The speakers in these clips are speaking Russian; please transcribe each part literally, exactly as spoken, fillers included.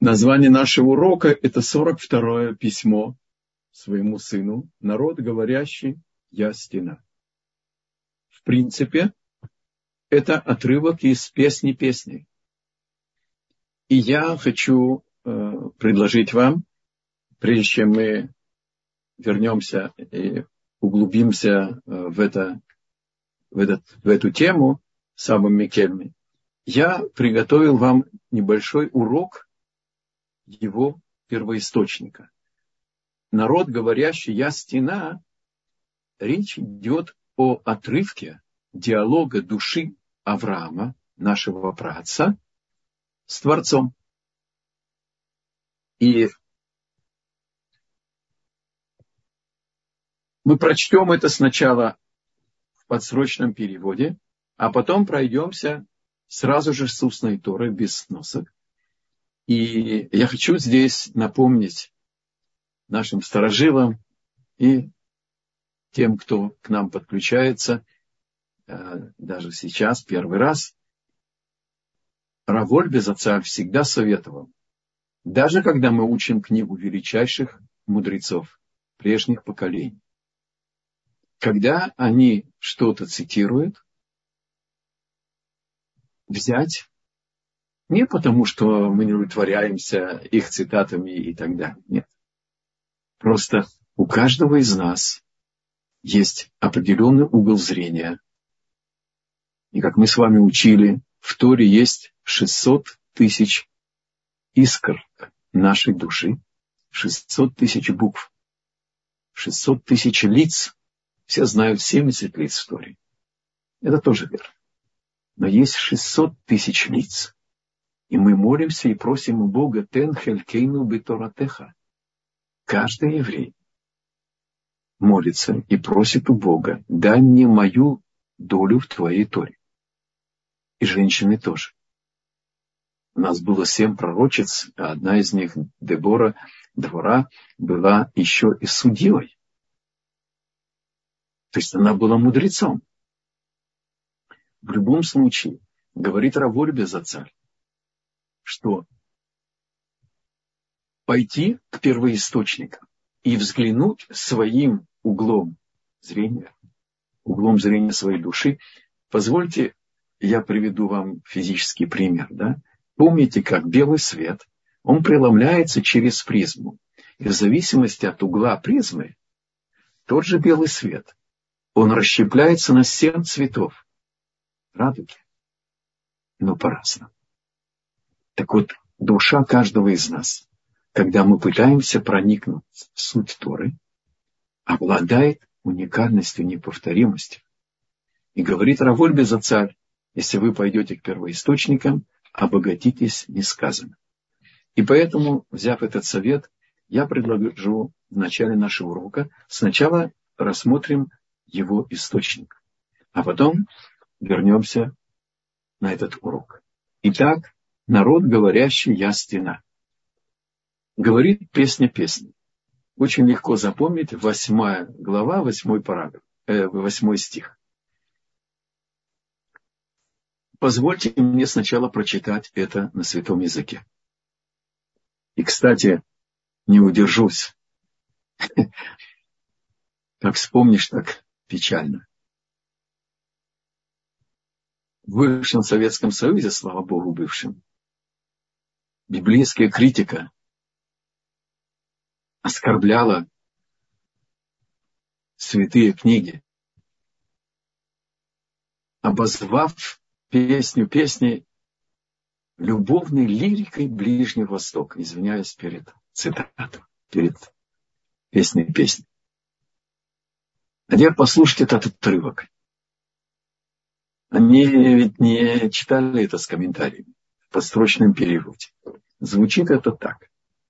Название нашего урока – это сорок второе письмо своему сыну. Народ, говорящий «Я стена». В принципе, это отрывок из «Песни песней». И я хочу э, предложить вам, прежде чем мы вернемся и углубимся э, в, это, в, этот, в эту тему с Абом Микельми, я приготовил вам небольшой урок его первоисточника. Народ, говорящий «Я стена», речь идет о отрывке диалога души Авраама, нашего праотца, с Творцом. И мы прочтем это сначала в подсрочном переводе, а потом пройдемся сразу же с устной Торой, без сносок. И я хочу здесь напомнить нашим старожилам и тем, кто к нам подключается, даже сейчас, первый раз, Рав Вольбе Зацаль всегда советовал, даже когда мы учим книгу величайших мудрецов прежних поколений, когда они что-то цитируют, взять не потому, что мы не удовлетворяемся их цитатами и так далее. Нет. Просто у каждого из нас есть определенный угол зрения. И как мы с вами учили, в Торе есть шестьсот тысяч искр нашей души, шестьсот тысяч букв, шестьсот тысяч лиц. Все знают семьдесят лиц в Торе. Это тоже верно. Но есть шестьсот тысяч лиц. И мы молимся и просим у Бога «Тен хелькейну беторатеха». Каждый еврей молится и просит у Бога «Дай мне мою долю в Твоей Торе». И женщины тоже. У нас было семь пророчиц, а одна из них, Дебора, Двора, была еще и судьей. То есть она была мудрецом. В любом случае, говорит Рав Вольбе Зацаль, что пойти к первоисточникам и взглянуть своим углом зрения, углом зрения своей души. Позвольте, я приведу вам физический пример. Да? Помните, как белый свет, он преломляется через призму. И в зависимости от угла призмы, тот же белый свет, он расщепляется на семь цветов радуги, но по-разному. Так вот, душа каждого из нас, когда мы пытаемся проникнуть в суть Торы, обладает уникальностью, неповторимостью. И говорит Рав Вольбе Зацаль, если вы пойдете к первоисточникам, обогатитесь несказанно. И поэтому, взяв этот совет, я предложу в начале нашего урока сначала рассмотрим его источник, а потом вернемся на этот урок. Итак, народ, говорящий «Я стена». Говорит песня песни. Очень легко запомнить, восьмая глава, восьмой параграф, э, восьмой стих. Позвольте мне сначала прочитать это на святом языке. И, кстати, не удержусь. Как вспомнишь, так печально. В бывшем Советском Союзе, слава Богу, бывшем, библейская критика оскорбляла святые книги, обозвав песню песни любовной лирикой Ближнего Востока. Извиняюсь перед цитатом, перед песней песни. А теперь послушайте этот отрывок. Они ведь не читали это с комментариями, в подстрочном переводе. Звучит это так.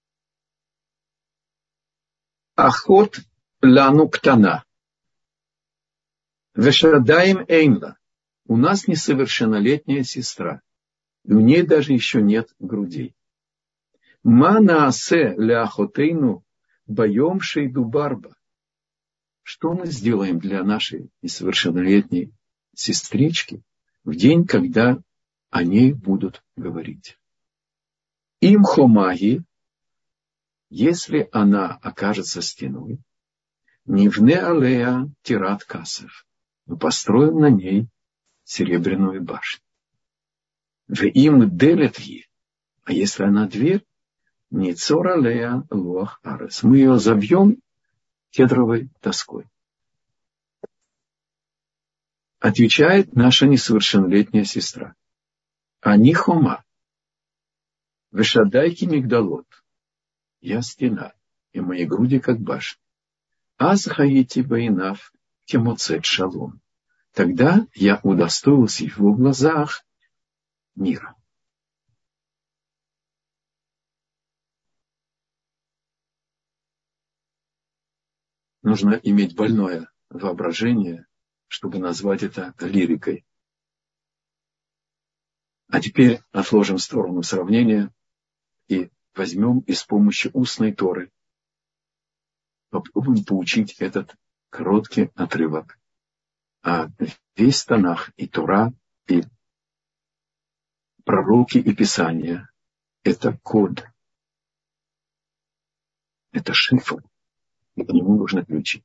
Ахот лану ктана. Вешадаим эйнла. У нас несовершеннолетняя сестра. И у ней даже еще нет грудей. Ма наасе ляхотейну боем шейду барба. Что мы сделаем для нашей несовершеннолетней сестрички в день, когда о ней будут говорить? Им хомаги, если она окажется стеной, нивне алея тират касов, мы построим на ней серебряную башню. В им делет ей, а если она дверь, не цор алея луах арес, мы ее забьем кедровой доской. Отвечает наша несовершеннолетняя сестра. Ани хома, вешадайки мигдалот, я стена, и мои груди как башня. Аз хаити баинав кемоцет шалом. Тогда я удостоился в его глазах мира. Нужно иметь больное воображение, чтобы назвать это лирикой. А теперь отложим в сторону сравнения и возьмем и с помощью устной Торы попробуем поучить этот короткий отрывок. А весь Танах и Тора, и пророки, и Писания – это код. Это шифр. И к нему нужно ключи.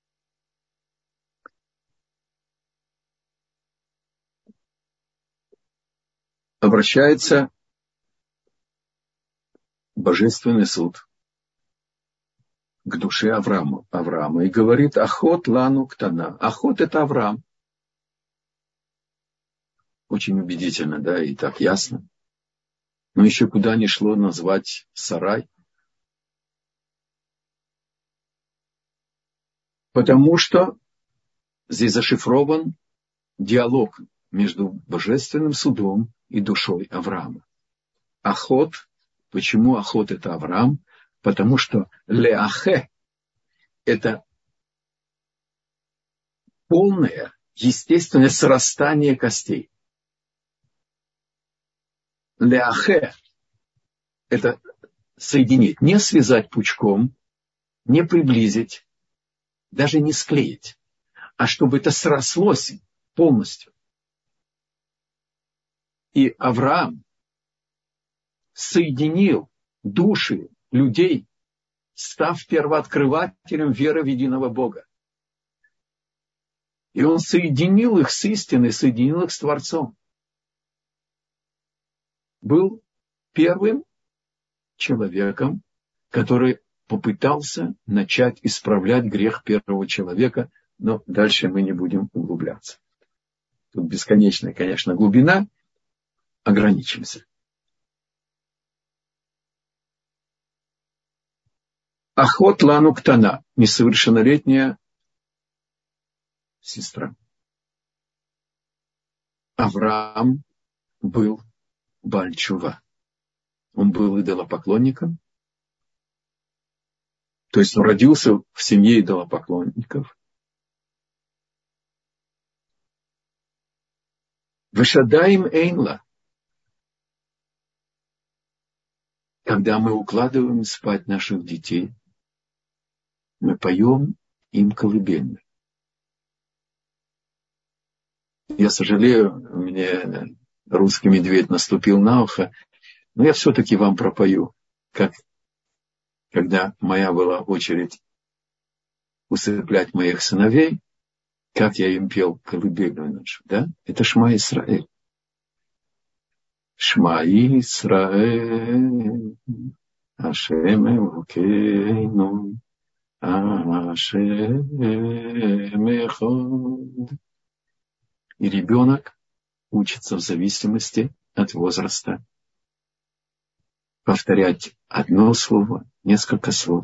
Обращается Божественный суд к душе Авраама, Авраама и говорит: Ахот лану ктана. Ахот – это Авраам. Очень убедительно, да, и так ясно. Но еще куда ни шло назвать Сарай. Потому что здесь зашифрован диалог между Божественным судом и душой Авраама. Ахот. Почему Ахот – это Авраам? Потому что леахе – это полное, естественное срастание костей. Леахе – это соединить, не связать пучком, не приблизить, даже не склеить, а чтобы это срослось полностью. И Авраам соединил души людей, став первооткрывателем веры в единого Бога. И он соединил их с истиной, соединил их с Творцом. Был первым человеком, который попытался начать исправлять грех первого человека, но дальше мы не будем углубляться. Тут бесконечная, конечно, глубина, ограничимся. Ахот лану ктана, несовершеннолетняя сестра. Авраам был Бааль Тшува. Он был идолопоклонником. То есть он родился в семье идолопоклонников. Вешадаим эйнла. Когда мы укладываем спать наших детей, мы поем им колыбельную. Я сожалею, мне русский медведь наступил на ухо, но я все-таки вам пропою, как когда моя была очередь усыплять моих сыновей, как я им пел колыбельную нашу, да? Это Шма Исраэль. Шма Исраэль, Ашем Элокейну, Ашем Эхад. И ребенок учится в зависимости от возраста повторять одно слово, несколько слов.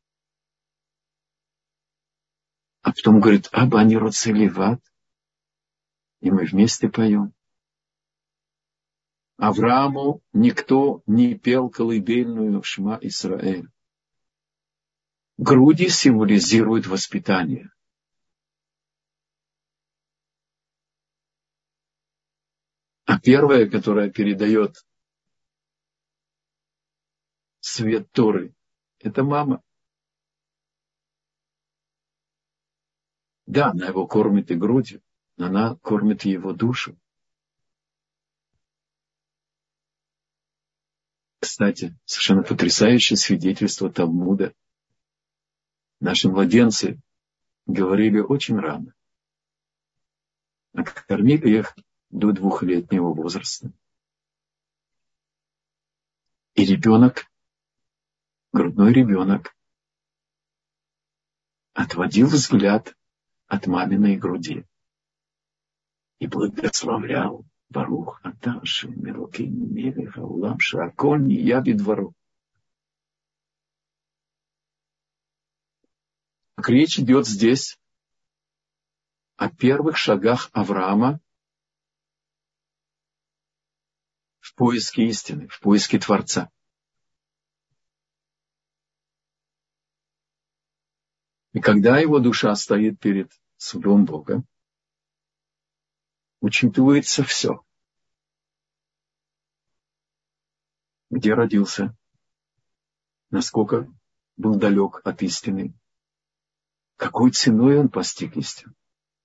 А потом говорит: Аба, они роцеливат. И мы вместе поем. Аврааму никто не пел колыбельную Шма Исраэль. Груди символизируют воспитание. А первая, которая передает свет Торы, это мама. Да, она его кормит и грудью, но она кормит его душу. кстати, совершенно потрясающее свидетельство Талмуда. Наши младенцы говорили очень рано. А кормили их до двухлетнего возраста. И ребенок, грудной ребенок, отводил взгляд от маминой груди и благословлял Барух Аташи Мелокейну Мелех Аулам Шааколь Ния Бидваро. Речь идет здесь о первых шагах Авраама в поиске истины, в поиске Творца. И когда его душа стоит перед судом Бога, учитывается все. Где родился, насколько был далек от истины, какой ценой он постиг истину.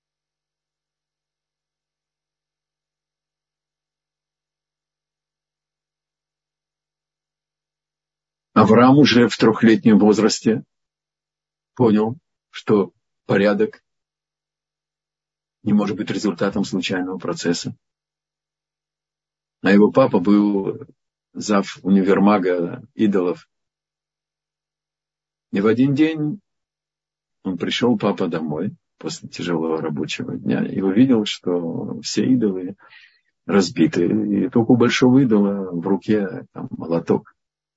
Авраам уже в трехлетнем возрасте понял, что порядок не может быть результатом случайного процесса. А его папа был зав универмага идолов. И в один день он пришел, папа, домой после тяжелого рабочего дня и увидел, что все идолы разбиты. И только у большого идола в руке там, молоток.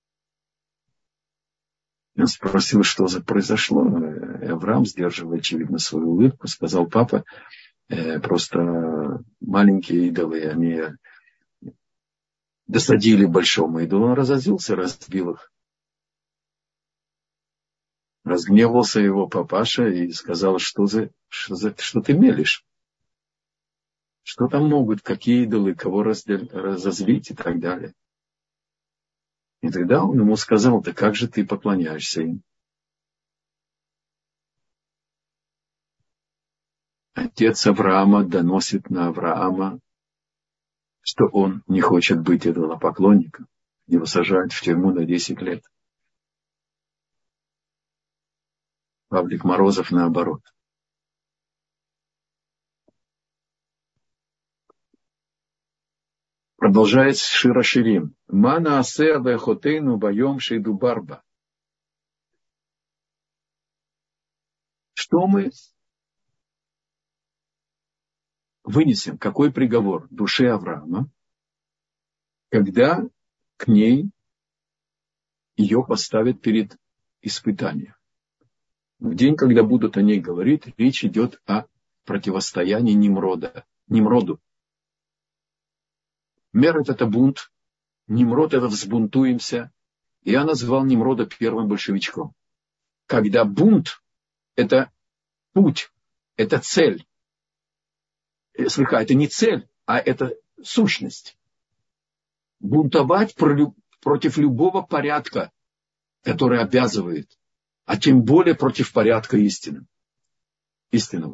Он спросил, что за произошло. И Авраам, сдерживая, очевидно, свою улыбку, сказал: папа, э, просто маленькие идолы, они досадили большому идолу. Он разозлился, разбил их. Разгневался его папаша и сказал: что, за, что, за, что ты мелешь? Что там могут, какие идолы, кого раздел, разозлить и так далее. И тогда он ему сказал: да как же ты поклоняешься им? Отец Авраама доносит на Авраама, что он не хочет быть идолопоклонником. Его сажают в тюрьму на десять лет. Павлик Морозов наоборот. Продолжает Шира Ширим. Мана асе вехотейну байом шейду барба. Что мы вынесем, какой приговор душе Авраама, когда к ней ее поставят перед испытанием? В день, когда будут о ней говорить, речь идет о противостоянии Нимрода, Нимроду. Мерет — это бунт, Нимрод — это взбунтуемся. Я назвал Нимрода первым большевичком. Когда бунт — это путь, это цель. Слыха, это не цель, а это сущность. Бунтовать против любого порядка, который обязывает, а тем более против порядка истины, истинного.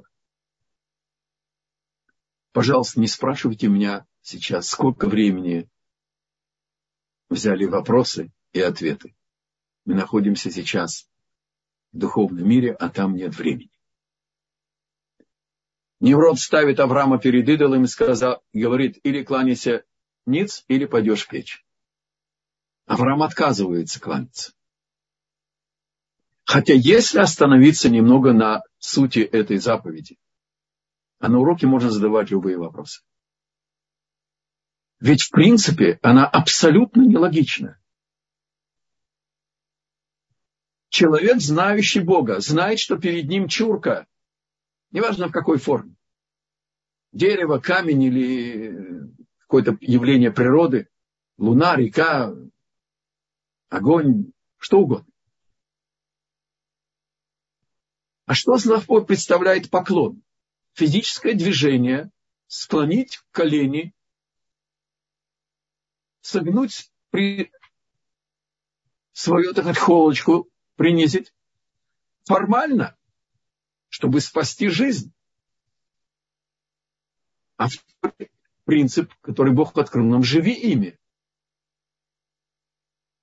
Пожалуйста, не спрашивайте меня сейчас, сколько времени взяли вопросы и ответы. Мы находимся сейчас в духовном мире, а там нет времени. Нимрод ставит Авраама перед идолом и сказал, говорит: или кланяйся ниц, или пойдешь в печь. Авраам отказывается кланяться. Хотя если остановиться немного на сути этой заповеди, а на уроке можно задавать любые вопросы. Ведь в принципе она абсолютно нелогична. Человек, знающий Бога, знает, что перед ним чурка, неважно в какой форме. Дерево, камень или какое-то явление природы, луна, река, огонь, что угодно. А что собой представляет поклон? Физическое движение, склонить колени, согнуть при... свою, так сказать, холочку, принизить. Формально, чтобы спасти жизнь. А второй принцип, который Бог открыл нам: живи ими.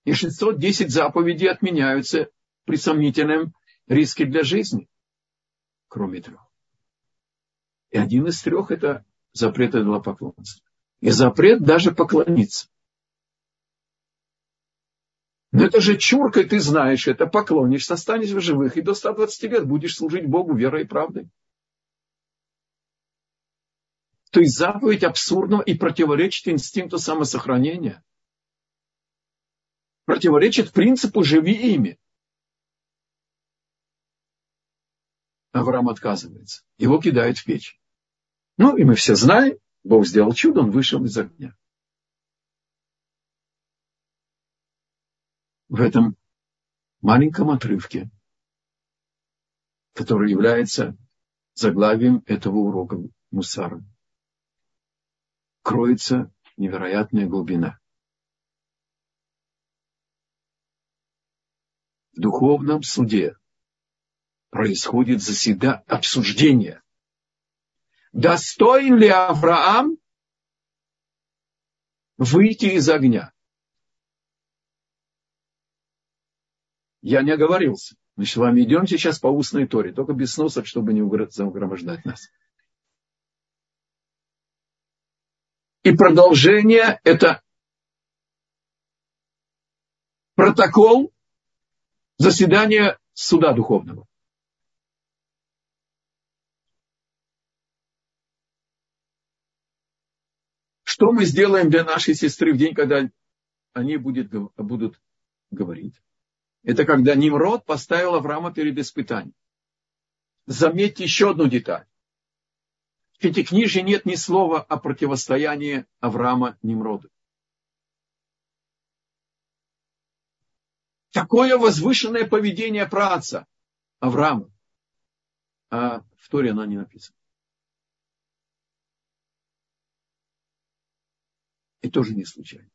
И шестьсот десять заповедей отменяются при сомнительном риске для жизни, кроме трех. И один из трех – это запрет идолопоклонства. И запрет даже поклониться. Но это же чурка, и ты знаешь это, поклонишься, останешься в живых, и до ста двадцати лет будешь служить Богу верой и правдой. То есть заповедь абсурдна и противоречит инстинкту самосохранения. Противоречит принципу «живи ими». Авраам отказывается. Его кидают в печь. Ну, и мы все знаем, Бог сделал чудо, он вышел из огня. В этом маленьком отрывке, который является заглавием этого урока Мусара, кроется невероятная глубина. В духовном суде происходит заседание, обсуждение. Достоин ли Авраам выйти из огня? Я не оговорился. Мы с вами идем сейчас по устной Торе, только без сносок, чтобы не загромождать нас. И продолжение – это протокол заседания суда духовного. Что мы сделаем для нашей сестры в день, когда они будет, будут говорить? Это когда Нимрод поставил Авраама перед испытанием. Заметьте еще одну деталь. В Пятикнижии нет ни слова о противостоянии Авраама Нимроду. Такое возвышенное поведение праотца Авраама. А в Торе оно не написано. И тоже не случайно.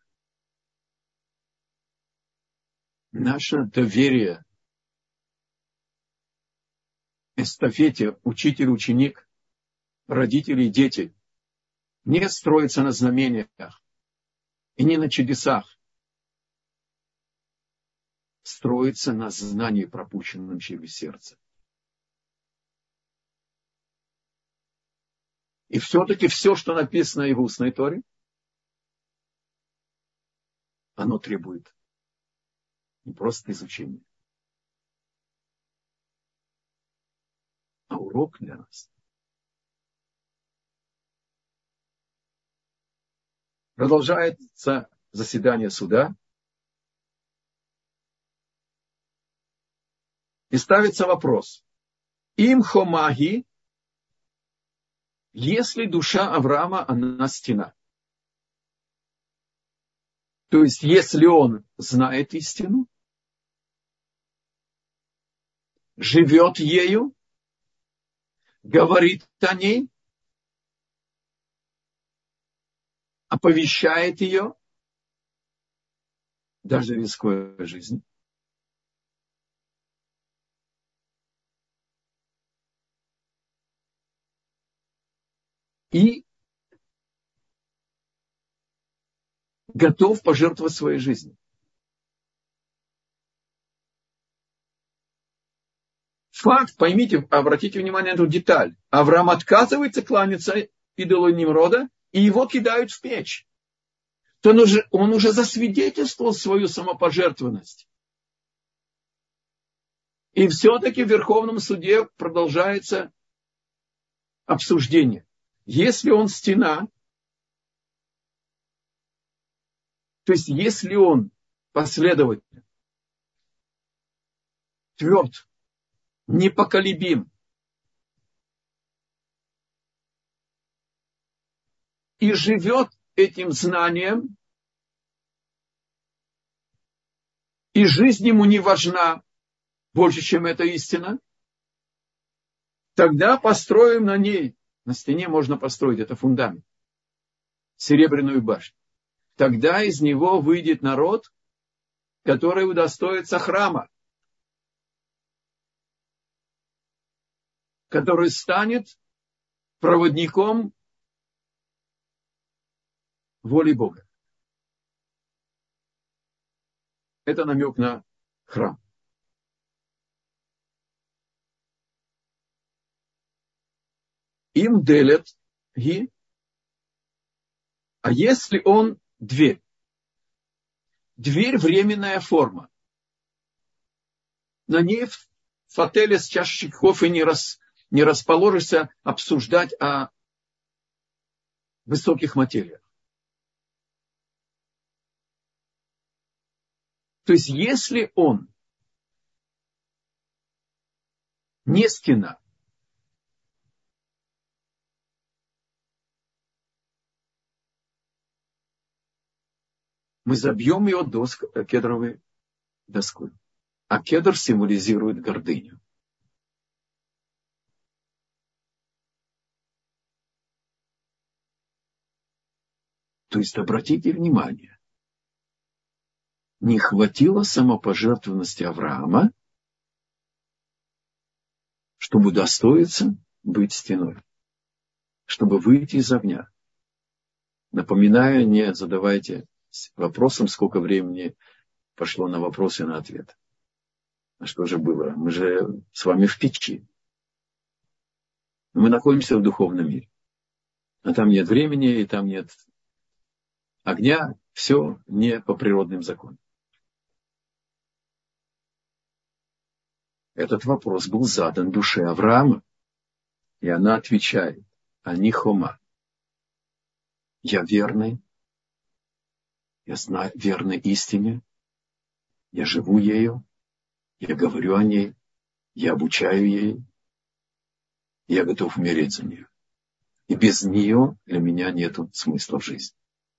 Наше доверие эстафете учитель-ученик, родители и дети не строится на знамениях и не на чудесах. Строится на знании, пропущенном через сердце. И все-таки все, что написано в устной Торе, оно требует не просто изучения, а урок для нас. Продолжается заседание суда. И ставится вопрос. Им хомаги, если душа Авраама, она стена. То есть, если он знает истину, живет ею, говорит о ней, оповещает ее, даже рискуя жизнью. И готов пожертвовать своей жизнью. Факт, поймите, обратите внимание на эту деталь. Авраам отказывается кланяться идолу Нимрода, и его кидают в печь. То он уже, он уже засвидетельствовал свою самопожертвованность. И все-таки в Верховном суде продолжается обсуждение. Если он стена, то есть если он последовательно, тверд, непоколебим, и живет этим знанием, и жизнь ему не важна больше, чем эта истина, тогда построим на ней, на стене можно построить, это фундамент, серебряную башню. Тогда из него выйдет народ, который удостоится храма, который станет проводником воли Бога. Это намек на храм. Им делят ги. А если он дверь? Дверь временная форма. На ней в отеле с чашечкой кофе не, рас, не расположишься обсуждать о высоких материях. То есть, если он не стена, мы забьем ее доск, кедровой доской. А кедр символизирует гордыню. То есть, обратите внимание, не хватило самопожертвованности Авраама, чтобы удостоиться быть стеной, чтобы выйти из огня. Напоминаю, не задавайте вопросом, сколько времени пошло на вопросы и на ответ. А что же было? Мы же с вами в печи. Мы находимся в духовном мире. А там нет времени, и там нет огня. Все не по природным законам. Этот вопрос был задан душе Авраама. И она отвечает: «Ани хома». Я верный. Я знаю верной истине. Я живу ею. Я говорю о ней. Я обучаю ей. Я готов умереть за нее. И без нее для меня нет смысла в жизни.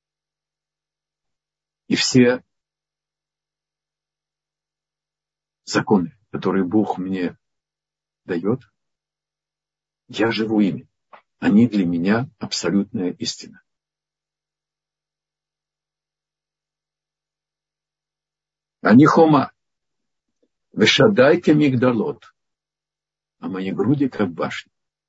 И все законы, которые Бог мне дает, я живу ими. Они для меня абсолютная истина. Они хома. Вешадайка мигдалот. А мои груди как башни.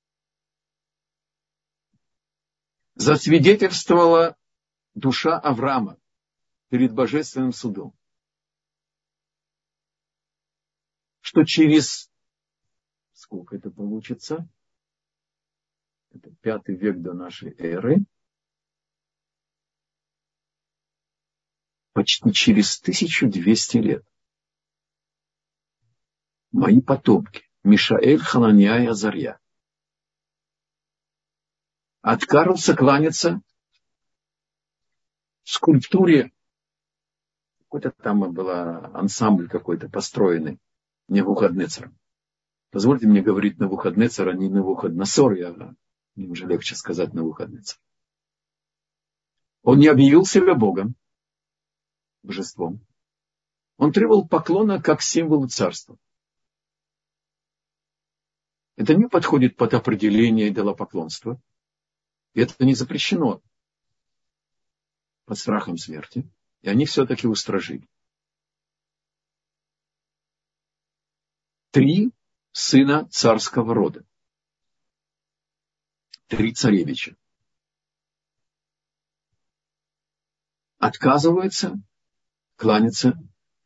Засвидетельствовала душа Авраама перед божественным судом, что через, сколько это получится, это пятый век до нашей эры, почти через тысячу двести лет мои потомки, Мишаэль, Ханания и Азарья, откажутся кланяться скульптуре, какой-то там был ансамбль какой-то построенный Навуходоносором. Позвольте мне говорить Навуходоносор, а не Навуходоносор, я, мне уже легче сказать Навуходоносор. Он не объявил себя Богом, божеством. Он требовал поклона как символу царства. Это не подходит под определение идолопоклонства. И это не запрещено под страхом смерти. И они все-таки устражили. Три сына царского рода. Три царевича. Отказываются кланяться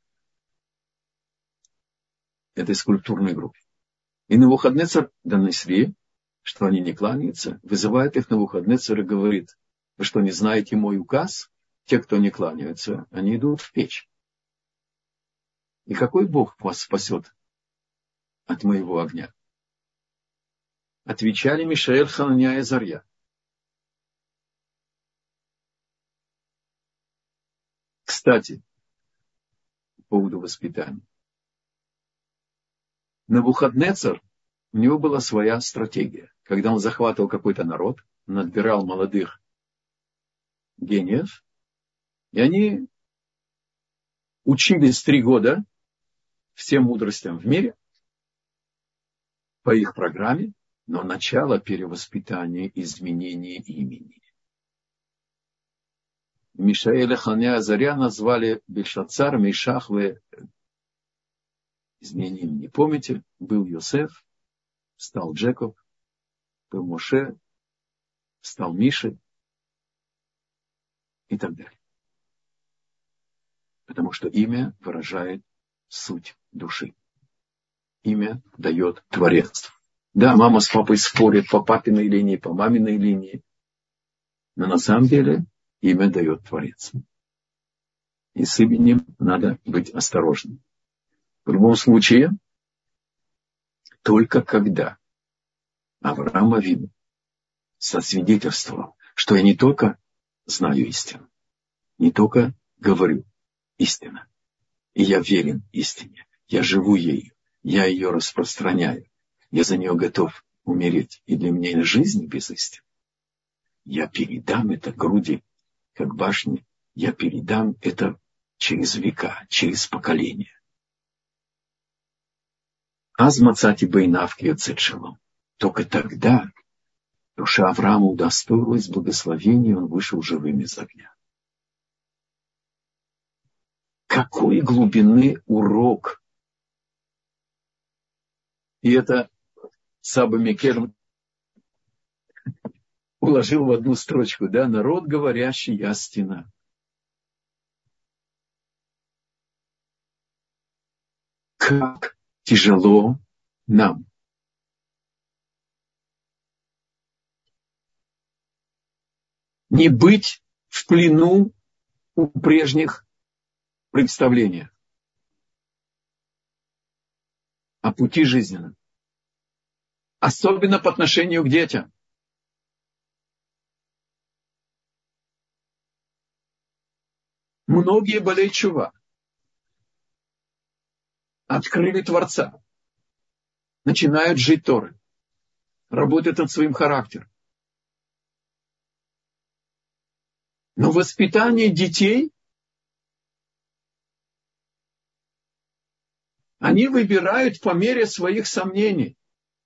этой скульптурной группе. И Навуходоносор донесли, что они не кланяются, вызывает их Навуходоносор и говорит: вы что, не знаете мой указ? Те, кто не кланяются, они идут в печь. И какой Бог вас спасет от моего огня? Отвечали Мишаэль, Ханания и Азарья. Кстати, по поводу воспитания. Навуходоносор, у него была своя стратегия. Когда он захватывал какой-то народ, он отбирал молодых гениев, и они учились три года всем мудростям в мире по их программе, но начало перевоспитания, изменения имени. Мишаэля, Ханания и Азарья назвали Бельшацар, Мишах, изменение имени. Не помните? Был Йосеф, стал Джекоб, был Моше, стал Мишей и так далее. Потому что имя выражает суть души. Имя дает Творец. Да, мама с папой спорят по папиной линии, по маминой линии. Но на самом деле имя дает Творец. И с именем надо быть осторожным. В любом случае, только когда Авраам Авину сосвидетельствовал, что я не только знаю истину, не только говорю истину, и я верен истине, я живу ею, я ее распространяю, я за нее готов умереть, и для меня жизни без истины. Я передам это груди, как башни, я передам это через века, через поколения. Аз мацати бейнав киоцет шалом. Только тогда душа Авраама удостоилась благословения, и он вышел живым из огня. Какой глубины урок! И это Саба Микель уложил в одну строчку, да, народ говорящий, я стена. Как тяжело нам. Не быть в плену у прежних представлений о пути жизненном. Особенно по отношению к детям. Многие болей чува. Открыли Творца. Начинают жить Торой. Работают над своим характером. Но воспитание детей они выбирают по мере своих сомнений.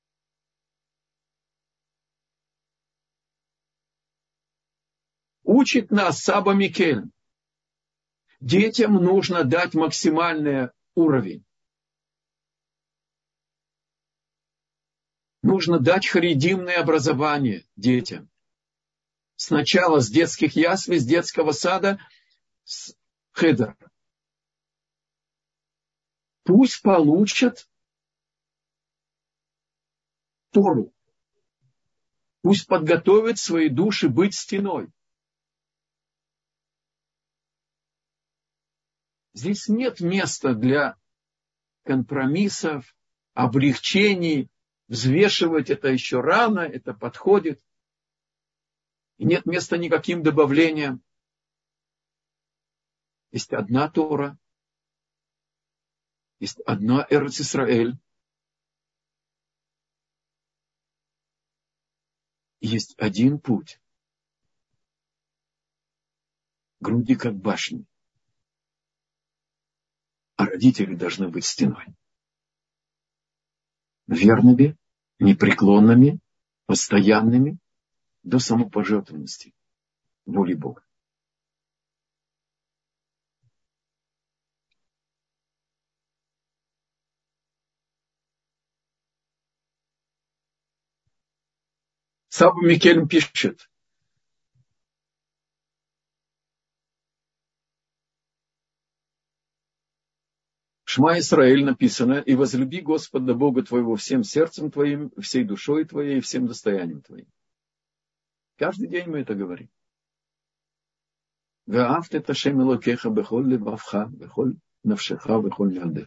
Учит нас Саба Микель. Детям нужно дать максимальный уровень. Нужно дать харидимное образование детям. Сначала с детских яслей, с детского сада, с хедера. Пусть получат Тору. Пусть подготовят свои души быть стеной. Здесь нет места для компромиссов, облегчений. Взвешивать это еще рано, это подходит. И нет места никаким добавлениям. Есть одна Тора. Есть одна Эрец Исраэль. Есть один путь. Груди как башни. А родители должны быть стеной. Верными, непреклонными, постоянными, до самопожертвованности воли Бога. Саба Микель пишет, Шма Исраэль написано, и возлюби Господа Бога твоего всем сердцем твоим, всей душой твоей и всем достоянием твоим. Каждый день мы это говорим. Ве'авте эт Ашем Элокеха бехоль левавха, бехоль навшеха, бехоль ядех.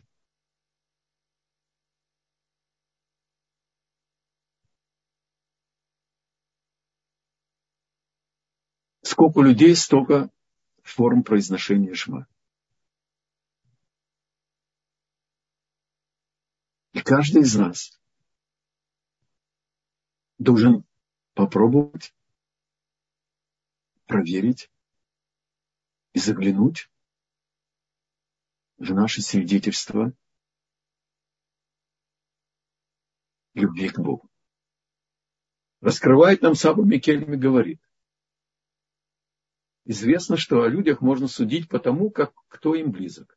Сколько людей, столько форм произношения Шма. И каждый из нас должен попробовать проверить и заглянуть в наше свидетельство любви к Богу. Раскрывает нам Саба Микель и говорит, известно, что о людях можно судить по тому, как, кто им близок.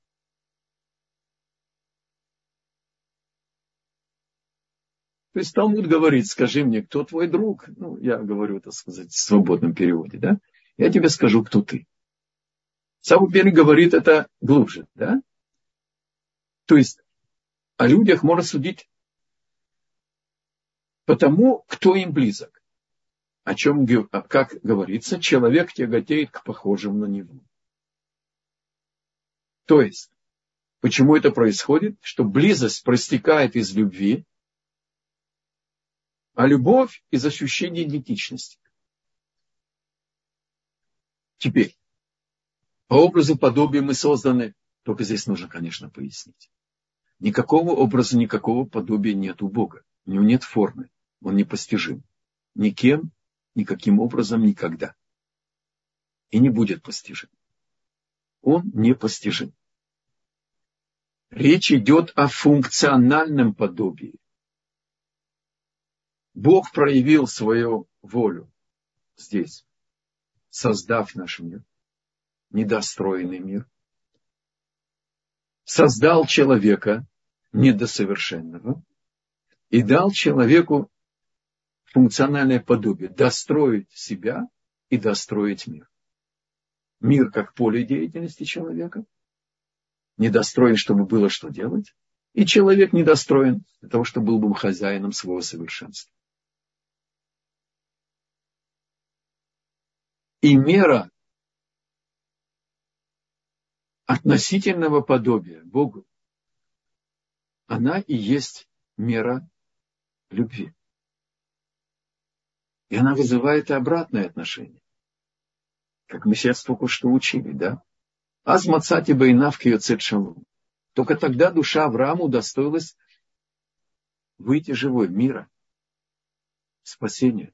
То есть Талмуд говорит, скажи мне, кто твой друг? Ну, я говорю, так сказать, в свободном переводе, да? Я тебе скажу, кто ты. Сабупери говорит это глубже, да? То есть о людях можно судить по тому, кто им близок. О чем, как говорится, человек тяготеет к похожим на него. То есть, почему это происходит? Что близость проистекает из любви, а любовь из ощущения идентичности. Теперь, по образу подобия мы созданы, только здесь нужно, конечно, пояснить. Никакого образа, никакого подобия нет у Бога. У него нет формы, он непостижим. Никем, никаким образом, никогда. И не будет постижим. Он непостижим. Речь идет о функциональном подобии. Бог проявил свою волю здесь, создав наш мир, недостроенный мир, создал человека недосовершенного и дал человеку функциональное подобие достроить себя и достроить мир. Мир как поле деятельности человека, недостроен, чтобы было что делать, и человек недостроен для того, чтобы был бы хозяином своего совершенства. И мера относительного подобия Богу, она и есть мера любви. И она вызывает и обратное отношение. Как мы сейчас только что учили, да? Аз мацати бейнав киоцет шалом. Только тогда душа Авраама удостоилась выйти живой, мира, спасения.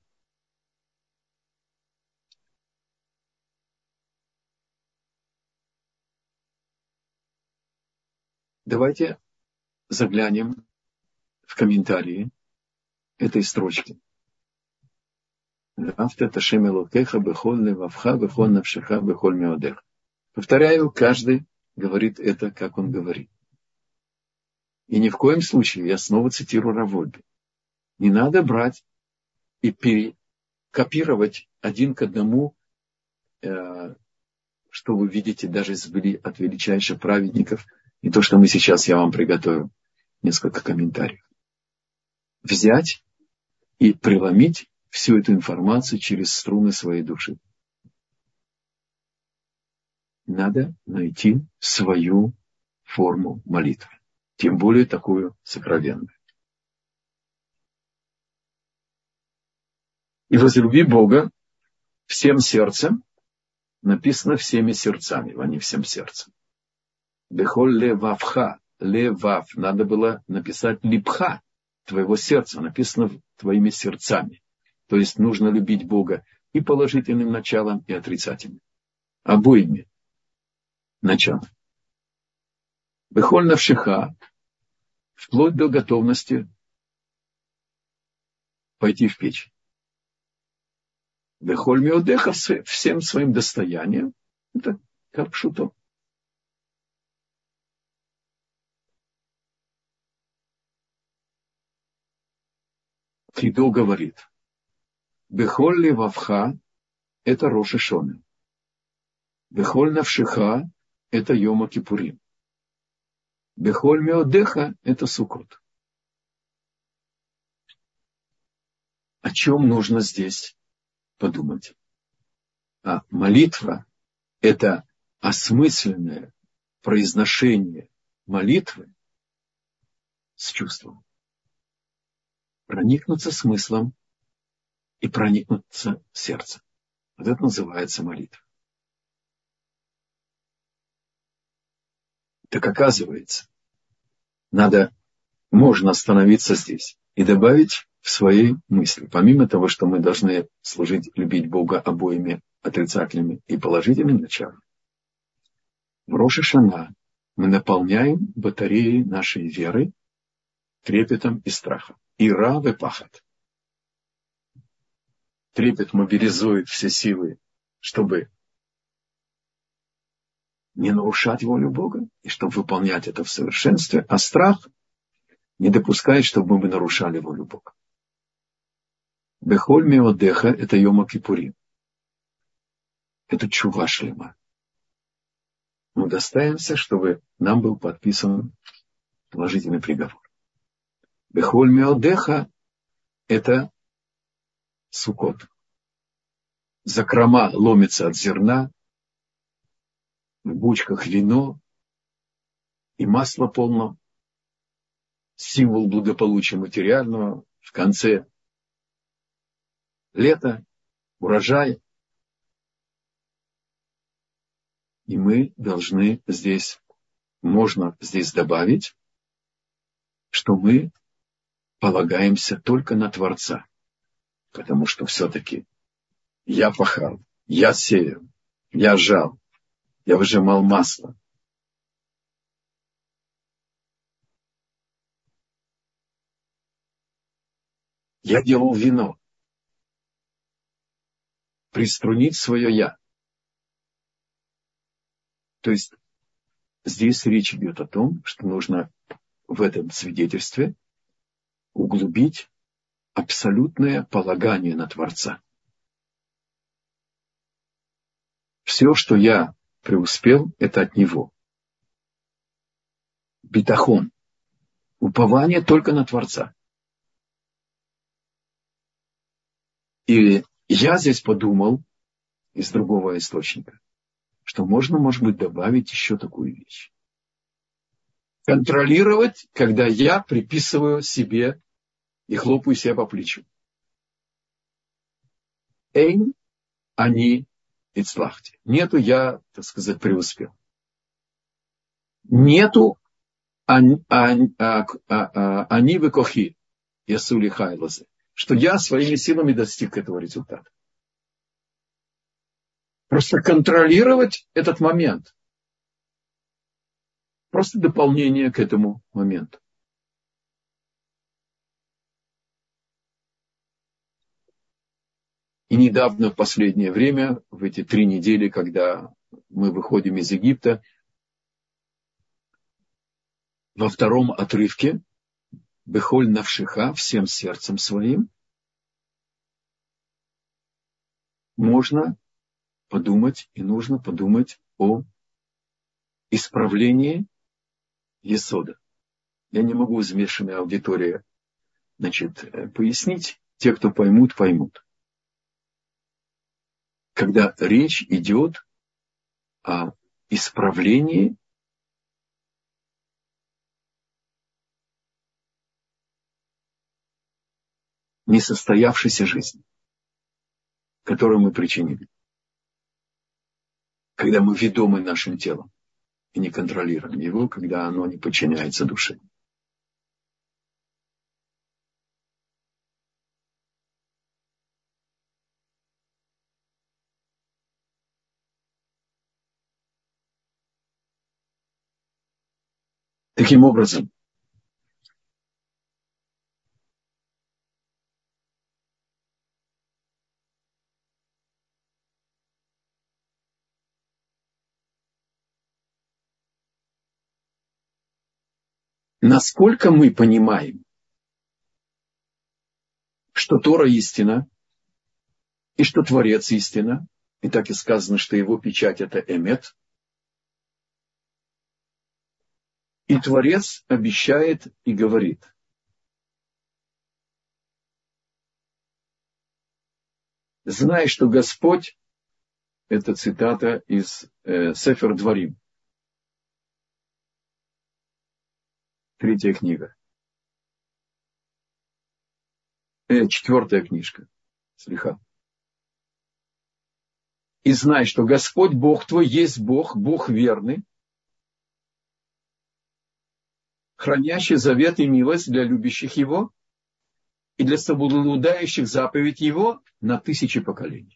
Давайте заглянем в комментарии этой строчки. Повторяю, каждый говорит это, как он говорит. И ни в коем случае, я снова цитирую Равольби, не надо брать и перекопировать один к одному, э, что вы видите даже из, от величайших праведников, и то, что мы сейчас, я вам приготовил несколько комментариев. Взять и преломить всю эту информацию через струны своей души. Надо найти свою форму молитвы, тем более такую сокровенную. И возлюби Бога всем сердцем, написано всеми сердцами, а не всем сердцем. Бехоль левавха, левав, надо было написать липха, твоего сердца, написано твоими сердцами. То есть нужно любить Бога и положительным началом, и отрицательным. Обоими началом. Бехоль навшиха, вплоть до готовности пойти в печь. Бехоль миодеха всем своим достоянием. Это как шуто. Хидо говорит, Бехоль левавха – это Рош ха-Шана. Бехоль навшиха – это Йом Кипурим. Бехоль меодеха – это Суккот. О чем нужно здесь подумать? А молитва – это осмысленное произношение молитвы с чувством. Проникнуться смыслом и проникнуться сердцем. Вот это называется молитва. Так оказывается, надо, можно остановиться здесь и добавить в свои мысли, помимо того, что мы должны служить, любить Бога обоими отрицательными и положительными началами, в Рош ха-Шана мы наполняем батареи нашей веры трепетом и страхом. Ира ве пахат. Трепет мобилизует все силы, чтобы не нарушать волю Бога, и чтобы выполнять это в совершенстве, а страх не допускает, чтобы мы нарушали волю Бога. Бехоль меодеха – это Йом Кипурим. Это чува шлема. мы удостоимся, чтобы нам был подписан положительный приговор. Бехоль меодеха – это Суккот. Закрома ломится от зерна, в бочках вино и масло полно. Символ благополучия материального в конце лета, урожай. И мы должны здесь, можно здесь добавить, что мы полагаемся только на Творца. Потому что все-таки я пахал, я сеял, я жал, я выжимал масло. Я делал вино. Приструнить свое «я». То есть здесь речь идет о том, что нужно в этом свидетельстве углубить абсолютное полагание на Творца. Все, что я преуспел, это от Него. Битахон. Упование только на Творца. И я здесь подумал из другого источника, что можно, может быть, добавить еще такую вещь. Контролировать, когда я приписываю себе и хлопаю себя по плечу. Эйн, они, ицлахти. Нету я, так сказать, преуспел. Нету они, они, они векохи, ясули хайлазы, что я своими силами достиг этого результата. Просто контролировать этот момент. Просто дополнение к этому моменту. И недавно, в последнее время, в эти три недели, когда мы выходим из Египта, во втором отрывке «Бехоль навшиха» всем сердцем своим можно подумать и нужно подумать о исправлении есода. Я не могу взвешенной аудитории, значит, пояснить. Те, кто поймут, поймут. Когда речь идет о исправлении несостоявшейся жизни, которую мы причинили. Когда мы ведомы нашим телом и не контролируем его, когда оно не подчиняется душе. Таким образом, насколько мы понимаем, что Тора истина, и что Творец истина, и так и сказано, что его печать это эмет, и Творец обещает и говорит: знай, что Господь, это цитата из э, Сефер Дворим, третья книга, э, четвертая книжка, слиха. И знай, что Господь Бог твой есть Бог, Бог верный, хранящий завет и милость для любящих Его и для соблюдающих заповедь Его на тысячи поколений.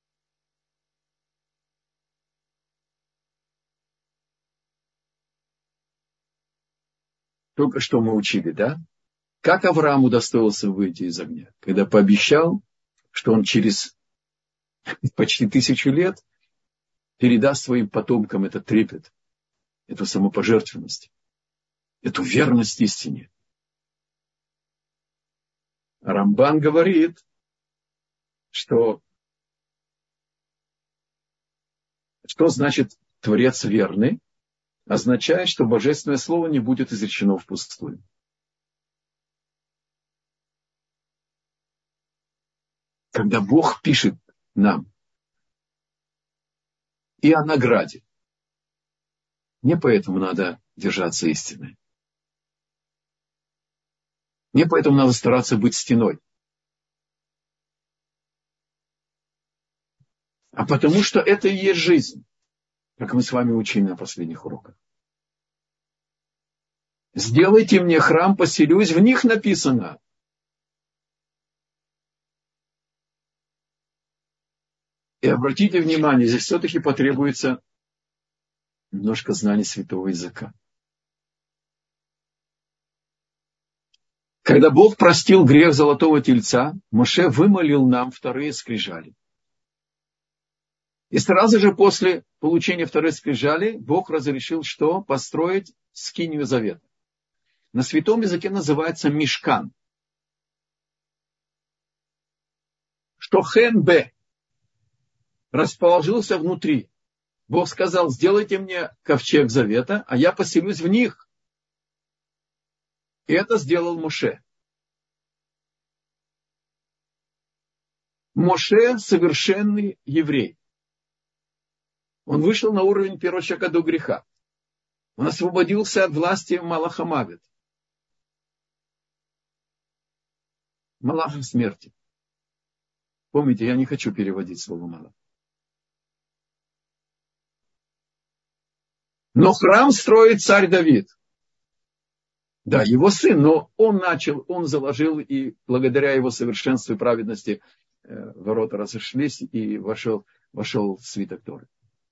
Только что мы учили, да? Как Авраам удостоился выйти из огня, когда пообещал, что он через почти тысячу лет передаст своим потомкам этот трепет, эту самопожертвенность, эту верность истине. Рамбан говорит, что что значит Творец верный, означает, что божественное слово не будет изречено впустую. Когда Бог пишет нам и о награде, не поэтому надо держаться истины. Не поэтому надо стараться быть стеной. А потому что это и есть жизнь, как мы с вами учили на последних уроках. Сделайте мне храм, поселюсь, в них написано. И обратите внимание, здесь все-таки потребуется немножко знаний святого языка. Когда Бог простил грех золотого тельца, Моше вымолил нам вторые скрижали. И сразу же после получения второй скрижали Бог разрешил что? Построить скинию завета. На святом языке называется мишкан. Что хен-бе расположился внутри. Бог сказал, сделайте мне ковчег завета, а я поселюсь в них. И это сделал Моше. Моше совершенный еврей. Он вышел на уровень первого человека до греха. Он освободился от власти Малаха Мавет. Малаха смерти. Помните, я не хочу переводить слово Малах. Но храм строит царь Давид. Да, его сын, но он начал, он заложил, и благодаря его совершенству и праведности э, ворота разошлись, и вошел, вошел свиток Торы.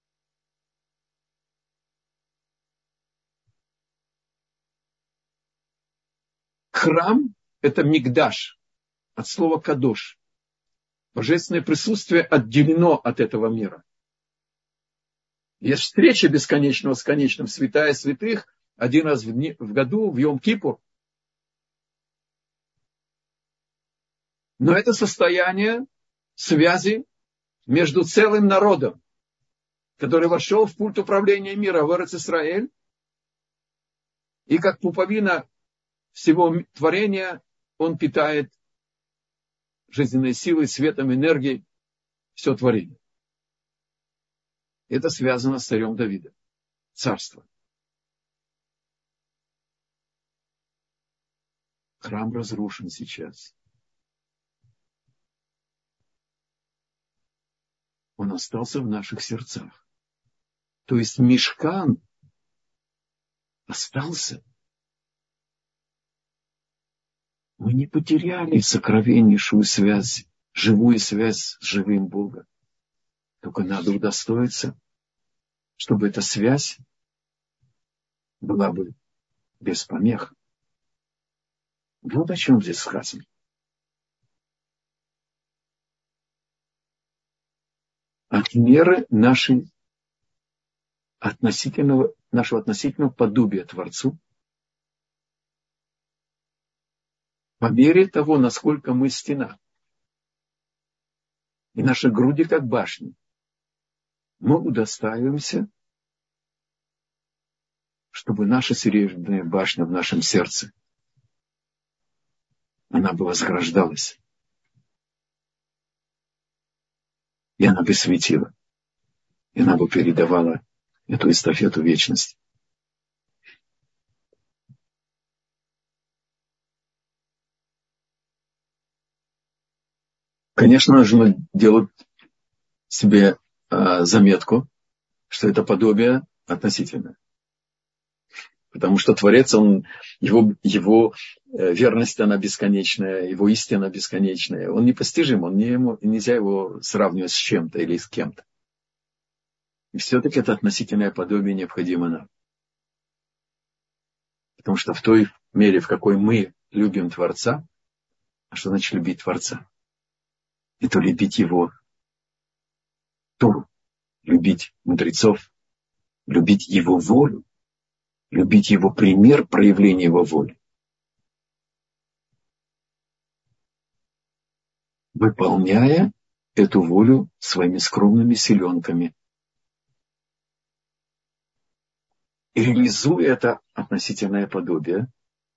Храм – это микдаш, от слова кадош. Божественное присутствие отделено от этого мира. Есть встреча бесконечного с конечным, святая святых, один раз в, дни, в году, в Йом-Кипур. Но это состояние связи между целым народом, который вошел в пульт управления мира в Эрец-Исраэль, и как пуповина всего творения он питает жизненной силой, светом, энергией все творение. Это связано с царем Давидом. Царство. Храм разрушен сейчас. Он остался в наших сердцах. То есть мишкан остался. Мы не потеряли сокровеннейшую связь, живую связь с живым Богом. Только надо удостоиться, чтобы эта связь была бы без помех. Вот о чем здесь сказано. От меры нашей относительного, нашего относительного подобия Творцу, по мере того, насколько мы стена, и наши груди как башни, мы удостаиваемся, чтобы наша серебряная башня в нашем сердце, она бы возрождалась. И она бы светила. И она бы передавала эту эстафету вечности. Конечно, нужно делать себе э, заметку, что это подобие относительное. Потому что Творец, он, его, его верность, она бесконечная, его истина бесконечная. Он непостижим, он не, ему, нельзя его сравнивать с чем-то или с кем-то. И все-таки это относительное подобие необходимо нам. Потому что в той мере, в какой мы любим Творца, а что значит любить Творца? Это любить Его Тору, любить мудрецов, любить Его волю, любить Его пример проявления Его воли. Выполняя эту волю своими скромными силенками. и реализуя это относительное подобие.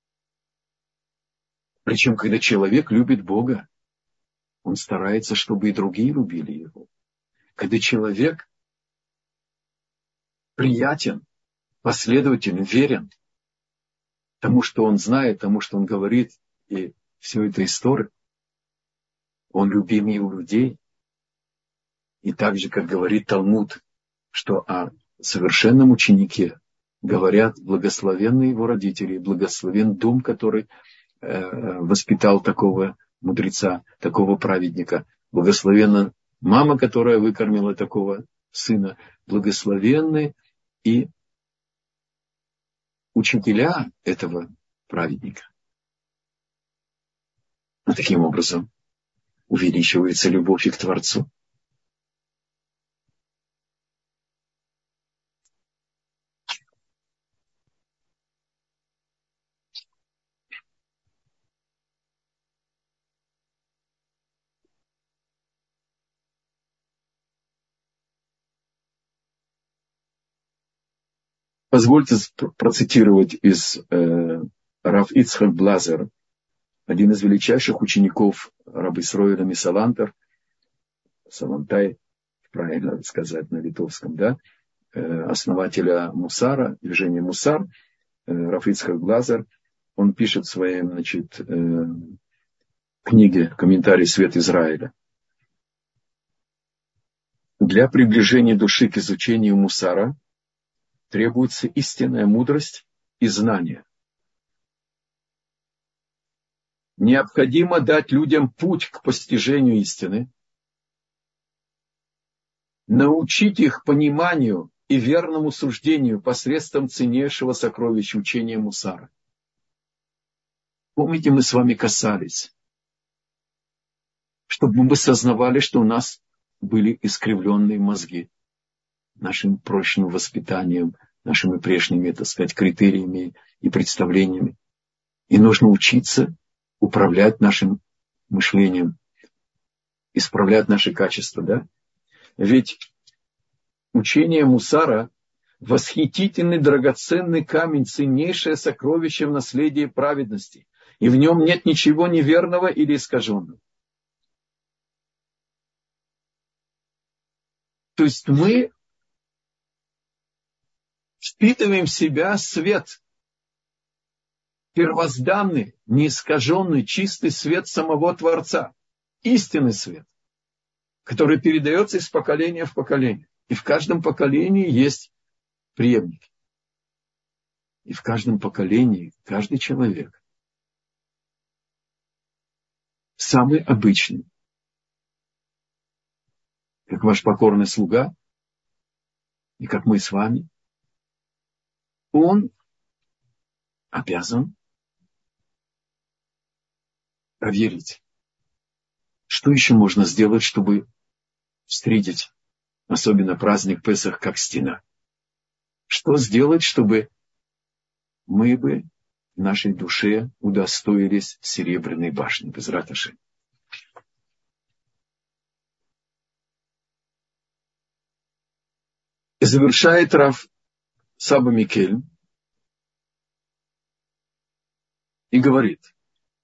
Причем, когда человек любит Бога, он старается, чтобы и другие любили Его. Когда человек приятен, последователен, верен тому, что он знает, тому, что он говорит, и всю эту историю, он любимый у людей. И так же, как говорит Талмуд, что о совершенном ученике говорят благословенны его родители, благословен дом, который э, воспитал такого мудреца, такого праведника, благословенна мама, которая выкормила такого сына, благословенны и учителя этого праведника. А таким образом увеличивается любовь и к Творцу. Позвольте процитировать из э, Рав Ицхак Блазер, один из величайших учеников Рабби Исроэля Мисалантер, Салантай, правильно сказать на литовском, да, э, основателя Мусара, движения Мусар, э, Рав Ицхак Блазер. Он пишет в своей, значит, э, книге «Комментарий Свет Израиля». Для приближения души к изучению Мусара требуется истинная мудрость и знание. Необходимо дать людям путь к постижению истины, научить их пониманию и верному суждению посредством ценнейшего сокровища учения Мусара. Помните, мы с вами касались, чтобы мы сознавали, что у нас были искривленные мозги нашим прочным воспитанием, нашими прежними, так сказать, критериями и представлениями. И нужно учиться управлять нашим мышлением, исправлять наши качества, да? Ведь учение Мусара – восхитительный, драгоценный камень, ценнейшее сокровище в наследии праведности. И в нем нет ничего неверного или искаженного. То есть мы впитываем в себя свет, первозданный, неискаженный, чистый свет самого Творца, истинный свет, который передается из поколения в поколение. И в каждом поколении есть преемники. И в каждом поколении каждый человек самый обычный, как ваш покорный слуга, и как мы с вами, он обязан проверить, что еще можно сделать, чтобы встретить, особенно праздник Песах, как стена. Что сделать, чтобы мы бы в нашей душе удостоились серебряной башни, Безрат Ашем. И завершает Рав Саба Микель и говорит: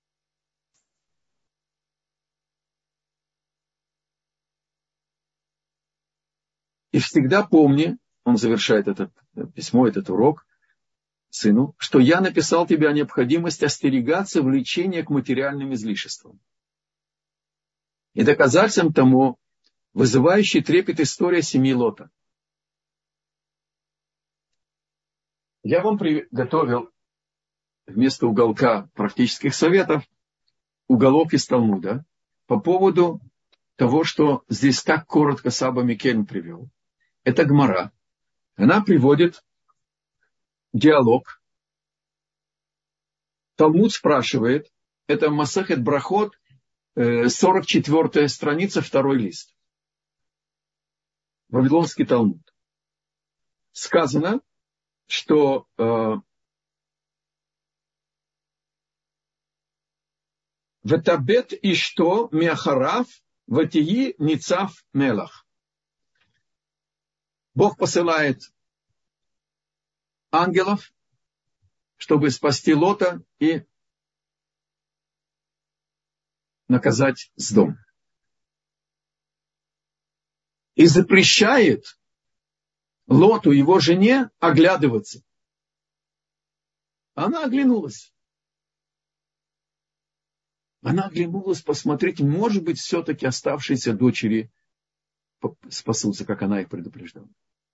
и всегда помни, он завершает это письмо, этот урок сыну, что я написал тебе о необходимости остерегаться влечения к материальным излишествам. И доказательством тому вызывающий трепет история семьи Лота. Я вам приготовил вместо уголка практических советов уголок из Талмуда по поводу того, что здесь так коротко Саба Микель привел. Это Гмара. Она приводит диалог. Талмуд спрашивает, это Масехет Брахот, сорок четвёртая страница, второй лист. Вавилонский Талмуд. Сказано, что э, «Ветабет ишто миахараф ватии ницав мелах». Бог посылает ангелов, чтобы спасти Лота и наказать Сдом. И запрещает Лоту, его жене, оглядываться. Она оглянулась. Она оглянулась посмотреть, может быть, все-таки оставшиеся дочери спасутся, как она их предупреждала.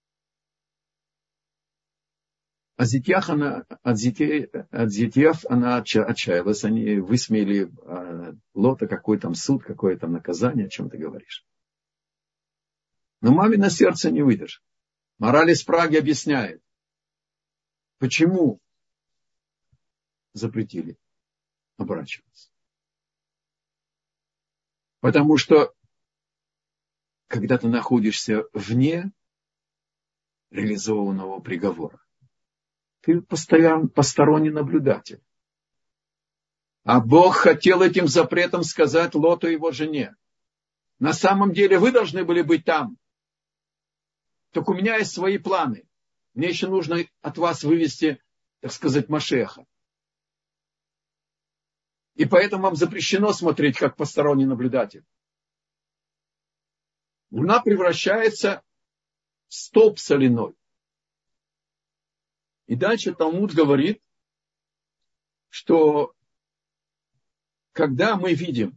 От зятьев она, от зятьев, от зятьев она отчаялась. Они высмеяли а, Лота, какой там суд, какое там наказание, о чем ты говоришь. Но мамино сердце не выдержит. Мораль из Праги объясняет, почему запретили оборачиваться. Потому что, когда ты находишься вне реализованного приговора, ты постоянно посторонний наблюдатель. А Бог хотел этим запретом сказать Лоту и его жене. На самом деле вы должны были быть там. Только у меня есть свои планы. Мне еще нужно от вас вывести, так сказать, Машеха. И поэтому вам запрещено смотреть, как посторонний наблюдатель. Луна превращается в столб соляной. И дальше Талмуд говорит, что когда мы видим,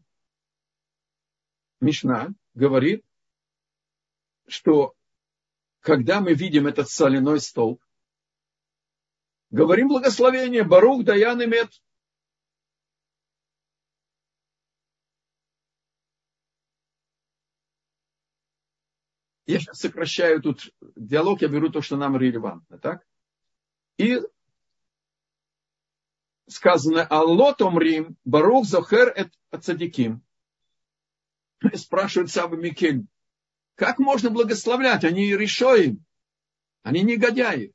Мишна говорит, что когда мы видим этот соляной столб, говорим благословение Барух Даян Эмет. Я сейчас сокращаю тут диалог, я беру то, что нам релевантно, так? И сказано «Аллот омрим, барух зохер эт ацадиким». Спрашивает Саба Микель, как можно благословлять? Они решоим, они негодяи.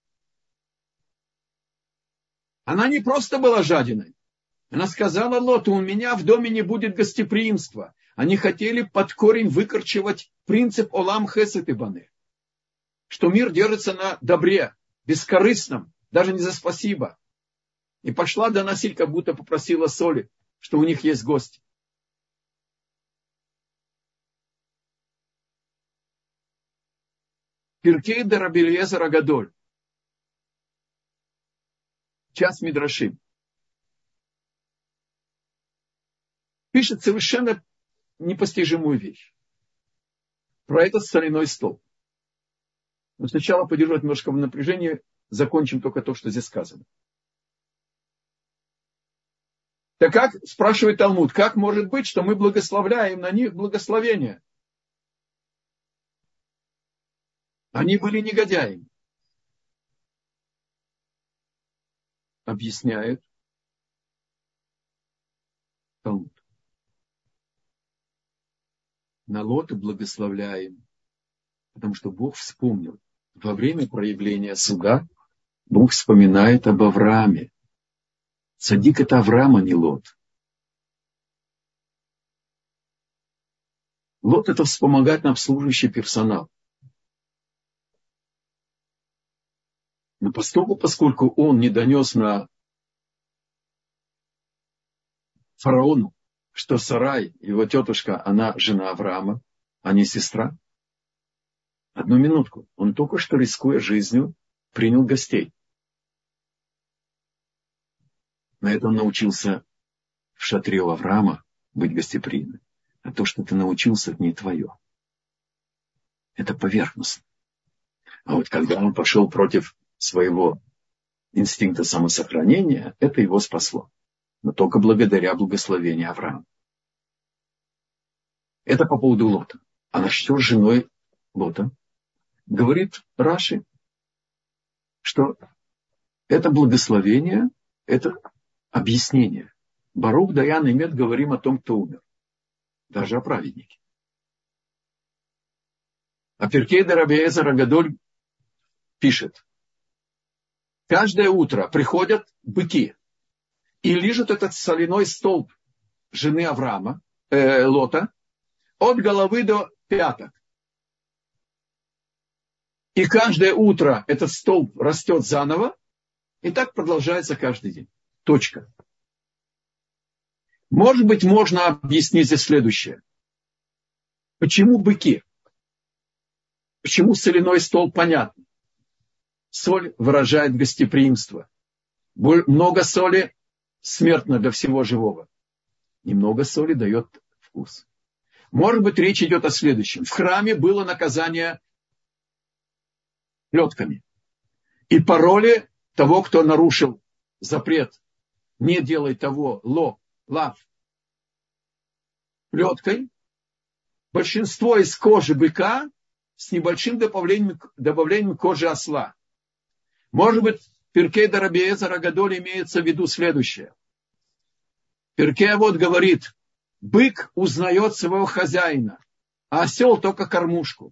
Она не просто была жадиной. Она сказала Лоту, у меня в доме не будет гостеприимства. Они хотели под корень выкорчевать принцип Олам Хесед и Бане. Что мир держится на добре, бескорыстном, даже не за спасибо. И пошла доносить, как будто попросила соли, что у них есть гости. Пиркей де Раби Элиэзер Агадоль. Час Мидрашим. Пишет совершенно непостижимую вещь. Про этот соляной столб. Но сначала подержать немножко в напряжении, закончим только то, что здесь сказано. Так как, спрашивает Талмуд, как может быть, что мы благословляем на них благословение? Они были негодяями. Объясняет Талмуд. На Лота благословляем, потому что Бог вспомнил. Во время проявления суда Бог вспоминает об Аврааме. Цадик это Авраам, а не Лот. Лот это вспомогательно обслуживающий персонал. Но поскольку, поскольку он не донес на фараону, что Сарай, его тетушка, она жена Авраама, а не сестра. Одну минутку. Он только что, рискуя жизнью, принял гостей. На это он научился в шатре у Авраама быть гостеприимным. А то, что ты научился, это не твое. Это поверхностно. А вот когда он пошел против своего инстинкта самосохранения, это его спасло. Но только благодаря благословению Авраама. Это по поводу Лота. А на что с женой Лота? Говорит Раши, что это благословение, это объяснение. Барух Даян Эмет, говорим о том, кто умер. Даже о праведнике. А Пиркей де Раби Элиэзер Агадоль пишет. Каждое утро приходят быки и лижут этот соляной столб жены Авраама, э, Лота, от головы до пяток. И каждое утро этот столб растет заново, и так продолжается каждый день. Точка. Может быть, можно объяснить здесь следующее. Почему быки? Почему соляной столб? Понятно. Соль выражает гостеприимство. Много соли смертно для всего живого. Немного соли дает вкус. Может быть, речь идет о следующем. В храме было наказание плетками. И пароли того, кто нарушил запрет, не делай того, ло, лав, плеткой. Большинство из кожи быка с небольшим добавлением, добавлением кожи осла. Может быть, Пиркей де Раби Элиэзер ха-Гадоль имеется в виду следующее. Пиркей вот говорит, бык узнает своего хозяина, а осел только кормушку.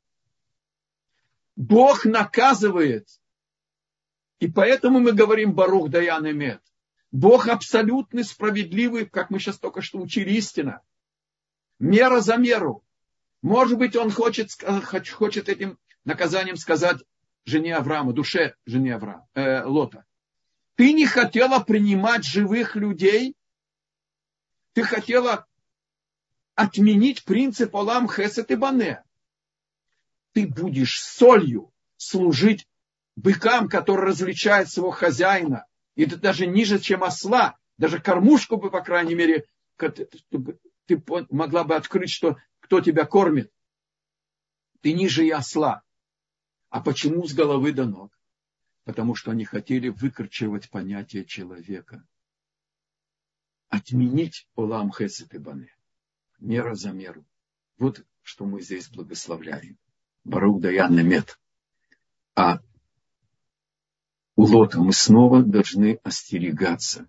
Бог наказывает, и поэтому мы говорим Барух Даян Эмет. Бог абсолютный, справедливый, как мы сейчас только что учили, истина. Мера за меру. Может быть, он хочет, хочет этим наказанием сказать жене Авраама, душе жене Авраама, э, Лота. Ты не хотела принимать живых людей, ты хотела отменить принцип Олам Хесед и Бане. Ты будешь солью служить быкам, которые различают своего хозяина, и это даже ниже, чем осла, даже кормушку бы, по крайней мере, ты могла бы открыть, что кто тебя кормит. Ты ниже и осла. А почему с головы до ног? Потому что они хотели выкорчевать понятие человека. Отменить Олам Хесед и Бане. Мера за меру. Вот что мы здесь благословляем. Барух Даян Эмет. А у Лота мы снова должны остерегаться.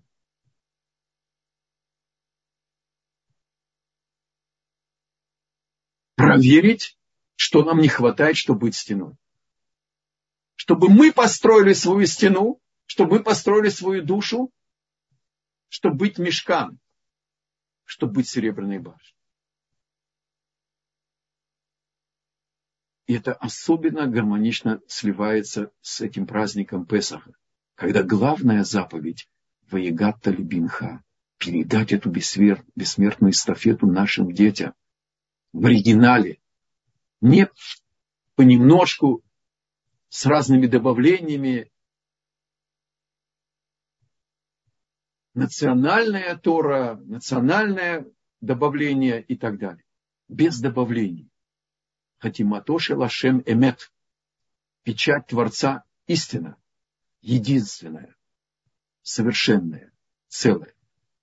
Проверить, что нам не хватает, чтобы быть стеной. Чтобы мы построили свою стену, чтобы мы построили свою душу, чтобы быть мешкан, чтобы быть серебряной башней. И это особенно гармонично сливается с этим праздником Песаха, когда главная заповедь «Ваегатта либинха» – передать эту бессмертную эстафету нашим детям в оригинале, не понемножку, с разными добавлениями. Национальная Тора, национальное добавление и так далее. Без добавлений. Хатимато шел Ашем Эмет. Печать Творца истина. Единственная. Совершенная. Целая.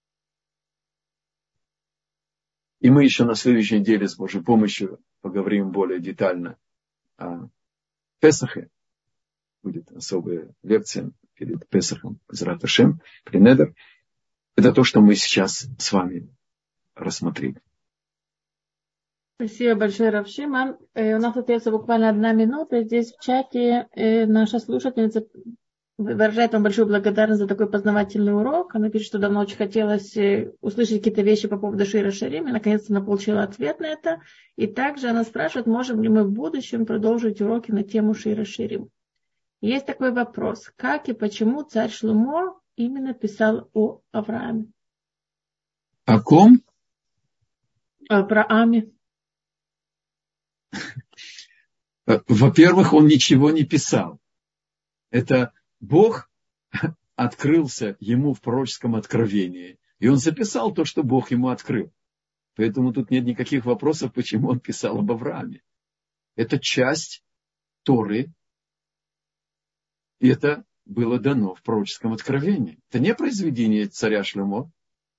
И мы еще на следующей неделе с Божьей помощью поговорим более детально о Песахе. Будет особая лекция перед Песахом. Безрат Ашем, Принедер. Это то, что мы сейчас с вами рассмотрели. Спасибо большое, Рав Шимон. Э, у нас остается буквально одна минута. Здесь в чате э, наша слушательница выражает вам большую благодарность за такой познавательный урок. Она пишет, что давно очень хотелось э, услышать какие-то вещи по поводу Шира Ширим. И наконец-то она получила ответ на это. И также она спрашивает, можем ли мы в будущем продолжить уроки на тему Шира Ширим. Есть такой вопрос. Как и почему царь Шломо именно писал о Аврааме? О ком? О Аврааме. Во-первых, он ничего не писал. Это Бог открылся ему в пророческом откровении. И он записал то, что Бог ему открыл. Поэтому тут нет никаких вопросов, почему он писал об Аврааме. Это часть Торы. И это было дано в пророческом откровении. Это не произведение царя Шломо.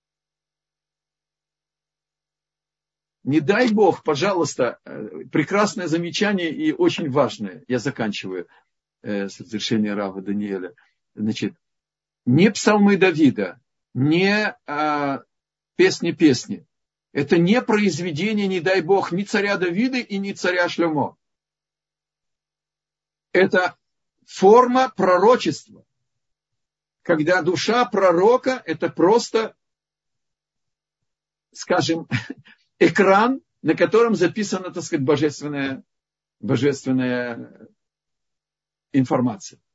Не дай Бог, пожалуйста, прекрасное замечание и очень важное. Я заканчиваю э, с разрешения Рава Даниэля. Значит, не псалмы Давида, не э, песни-песни. Это не произведение, не дай Бог, ни царя Давида и ни царя Шломо. Это форма пророчества. Когда душа пророка, это просто, скажем, экран, на котором записано, так сказать, божественное, божественное информация.